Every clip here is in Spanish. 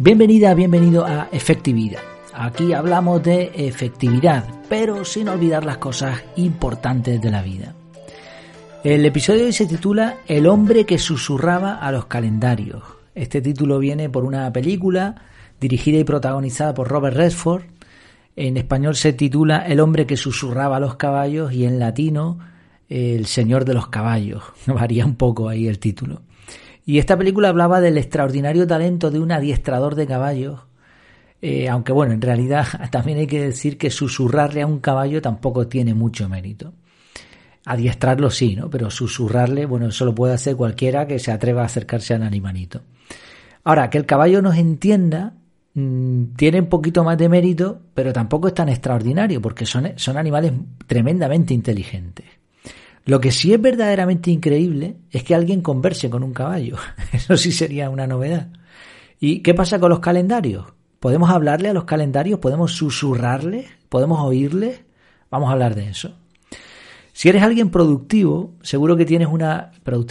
Bienvenida, bienvenido a Efectividad. Aquí hablamos de efectividad, pero sin olvidar las cosas importantes de la vida. El episodio de hoy se titula El hombre que susurraba a los calendarios. Este título viene por una película dirigida y protagonizada por Robert Redford. En español se titula El hombre que susurraba a los caballos y en latino El señor de los caballos. Varía un poco ahí el título. Y esta película hablaba del extraordinario talento de un adiestrador de caballos, aunque bueno, en realidad también hay que decir que susurrarle a un caballo tampoco tiene mucho mérito. Adiestrarlo sí, ¿no? Pero susurrarle, bueno, eso lo puede hacer cualquiera que se atreva a acercarse al animalito. Ahora, que el caballo nos entienda tiene un poquito más de mérito, pero tampoco es tan extraordinario porque son animales tremendamente inteligentes. Lo que sí es verdaderamente increíble es que alguien converse con un caballo. Eso sí sería una novedad. ¿Y qué pasa con los calendarios? ¿Podemos hablarle a los calendarios? ¿Podemos susurrarles? ¿Podemos oírles? Vamos a hablar de eso. Si eres alguien efectivo, seguro que tienes una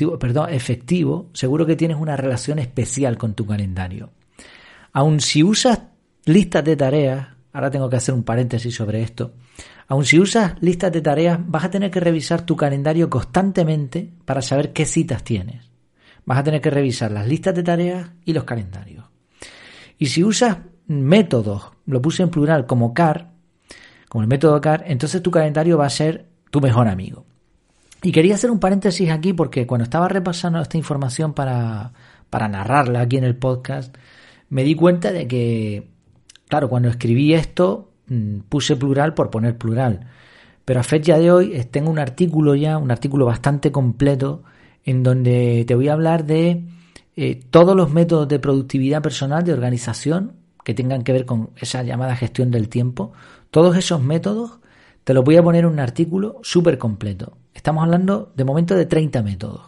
relación especial con tu calendario. Aun si usas listas de tareas, ahora tengo que hacer un paréntesis sobre esto, aun si usas listas de tareas, vas a tener que revisar tu calendario constantemente para saber qué citas tienes. Vas a tener que revisar las listas de tareas y los calendarios. Y si usas métodos, lo puse en plural, como CAR, como el método CAR, entonces tu calendario va a ser tu mejor amigo. Y quería hacer un paréntesis aquí porque cuando estaba repasando esta información para narrarla aquí en el podcast, me di cuenta de que, claro, cuando escribí esto puse plural por poner plural, pero a fecha de hoy tengo un artículo bastante completo en donde te voy a hablar de todos los métodos de productividad personal, de organización, que tengan que ver con esa llamada gestión del tiempo. Todos esos métodos te los voy a poner en un artículo súper completo. Estamos hablando de momento de 30 métodos.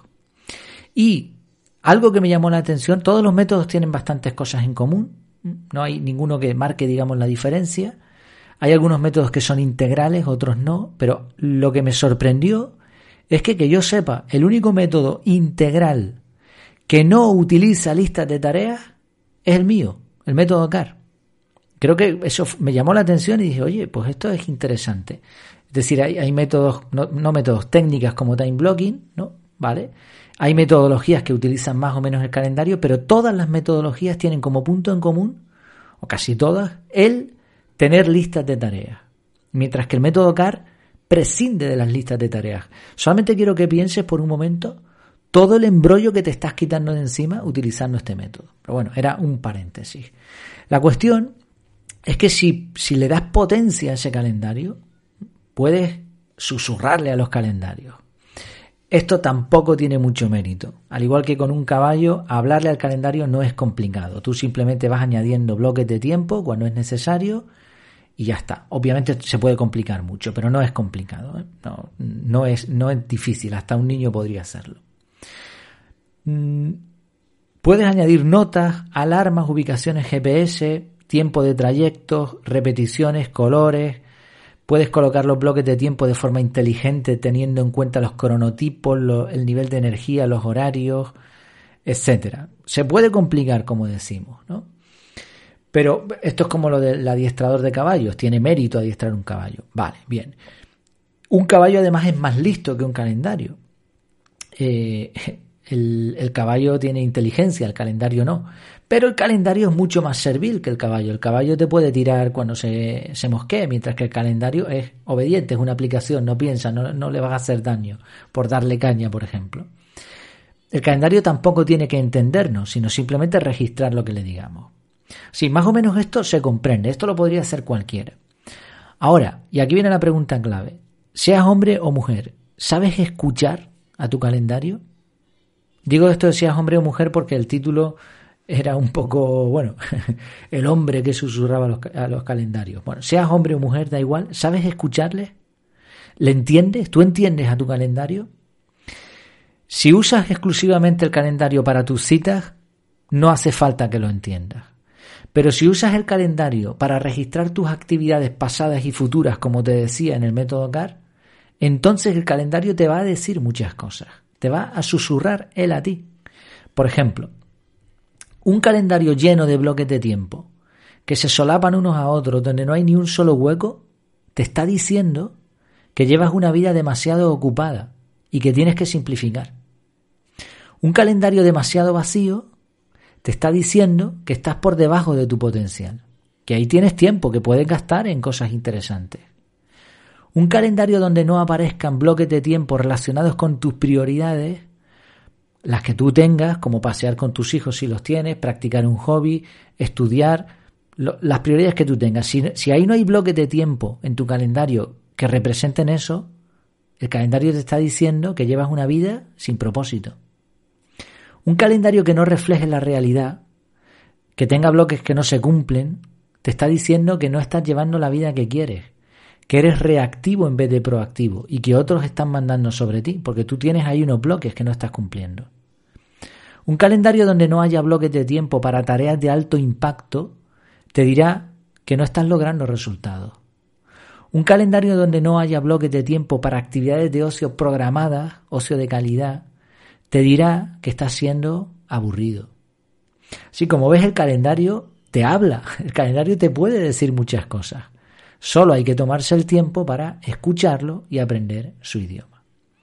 Y algo que me llamó la atención, todos los métodos tienen bastantes cosas en común. No hay ninguno que marque, digamos, la diferencia. Hay algunos métodos que son integrales, otros no, pero lo que me sorprendió es que yo sepa, el único método integral que no utiliza listas de tareas es el mío, el método CAR. Creo que eso me llamó la atención y dije, oye, pues esto es interesante. Es decir, hay métodos, no métodos, técnicas como time blocking, ¿no? ¿Vale? Hay metodologías que utilizan más o menos el calendario, pero todas las metodologías tienen como punto en común, o casi todas, el tener listas de tareas. Mientras que el método CAR prescinde de las listas de tareas. Solamente quiero que pienses por un momento todo el embrollo que te estás quitando de encima utilizando este método. Pero bueno, era un paréntesis. La cuestión es que si le das potencia a ese calendario, puedes susurrarle a los calendarios. Esto tampoco tiene mucho mérito. Al igual que con un caballo, hablarle al calendario no es complicado. Tú simplemente vas añadiendo bloques de tiempo cuando es necesario y ya está. Obviamente se puede complicar mucho, pero no es complicado, ¿eh? No es difícil. Hasta un niño podría hacerlo. Puedes añadir notas, alarmas, ubicaciones GPS, tiempo de trayectos, repeticiones, colores. Puedes colocar los bloques de tiempo de forma inteligente teniendo en cuenta los cronotipos, el nivel de energía, los horarios, etcétera. Se puede complicar, como decimos, ¿no? Pero esto es como lo del adiestrador de caballos. Tiene mérito adiestrar un caballo. Vale, bien. Un caballo además es más listo que un calendario. El caballo tiene inteligencia, el calendario no. Pero el calendario es mucho más servil que el caballo. El caballo te puede tirar cuando se mosquee, mientras que el calendario es obediente, es una aplicación, no piensa, no le vas a hacer daño por darle caña, por ejemplo. El calendario tampoco tiene que entendernos, sino simplemente registrar lo que le digamos. Sí, más o menos esto se comprende, esto lo podría hacer cualquiera. Ahora, y aquí viene la pregunta clave, seas hombre o mujer, ¿sabes escuchar a tu calendario? Digo esto de seas hombre o mujer porque el título era un poco, bueno, el hombre que susurraba a los calendarios. Bueno, seas hombre o mujer, da igual, ¿sabes escucharle? ¿Le entiendes? ¿Tú entiendes a tu calendario? Si usas exclusivamente el calendario para tus citas, no hace falta que lo entiendas. Pero si usas el calendario para registrar tus actividades pasadas y futuras, como te decía en el método CAR, entonces el calendario te va a decir muchas cosas. Te va a susurrar él a ti. Por ejemplo, Un calendario lleno de bloques de tiempo que se solapan unos a otros, donde no hay ni un solo hueco, te está diciendo que llevas una vida demasiado ocupada y que tienes que simplificar. Un calendario demasiado vacío te está diciendo que estás por debajo de tu potencial, que ahí tienes tiempo que puedes gastar en cosas interesantes. Un calendario donde no aparezcan bloques de tiempo relacionados con tus prioridades, las que tú tengas, como pasear con tus hijos si los tienes, practicar un hobby, estudiar, las prioridades que tú tengas. Si ahí no hay bloques de tiempo en tu calendario que representen eso, el calendario te está diciendo que llevas una vida sin propósito. Un calendario que no refleje la realidad, que tenga bloques que no se cumplen, te está diciendo que no estás llevando la vida que quieres, que eres reactivo en vez de proactivo y que otros están mandando sobre ti, porque tú tienes ahí unos bloques que no estás cumpliendo. Un calendario donde no haya bloques de tiempo para tareas de alto impacto te dirá que no estás logrando resultados. Un calendario donde no haya bloques de tiempo para actividades de ocio programadas, ocio de calidad, te dirá que estás siendo aburrido. Así como ves, el calendario te habla, el calendario te puede decir muchas cosas. Solo hay que tomarse el tiempo para escucharlo y aprender su idioma.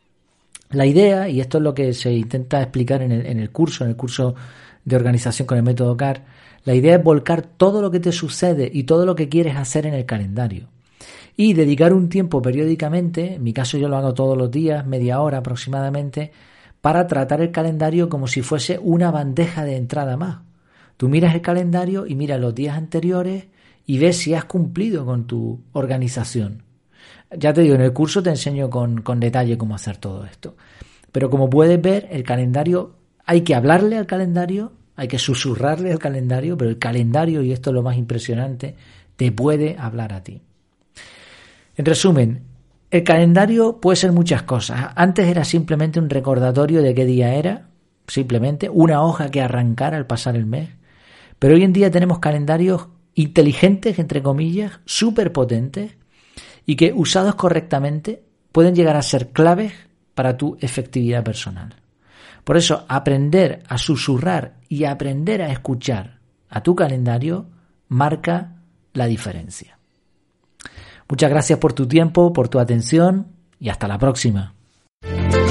La idea, y esto es lo que se intenta explicar en el curso de organización con el método CAR, la idea es volcar todo lo que te sucede y todo lo que quieres hacer en el calendario. Y dedicar un tiempo periódicamente, en mi caso yo lo hago todos los días, media hora aproximadamente, para tratar el calendario como si fuese una bandeja de entrada más. Tú miras el calendario y miras los días anteriores y ves si has cumplido con tu organización. Ya te digo, en el curso te enseño con detalle cómo hacer todo esto. Pero como puedes ver, el calendario, hay que hablarle al calendario, hay que susurrarle al calendario, pero el calendario, y esto es lo más impresionante, te puede hablar a ti. En resumen, el calendario puede ser muchas cosas. Antes era simplemente un recordatorio de qué día era, simplemente una hoja que arrancar al pasar el mes. Pero hoy en día tenemos calendarios inteligentes, entre comillas, súper potentes y que usados correctamente pueden llegar a ser claves para tu efectividad personal. Por eso, aprender a susurrar y aprender a escuchar a tu calendario marca la diferencia. Muchas gracias por tu tiempo, por tu atención y hasta la próxima.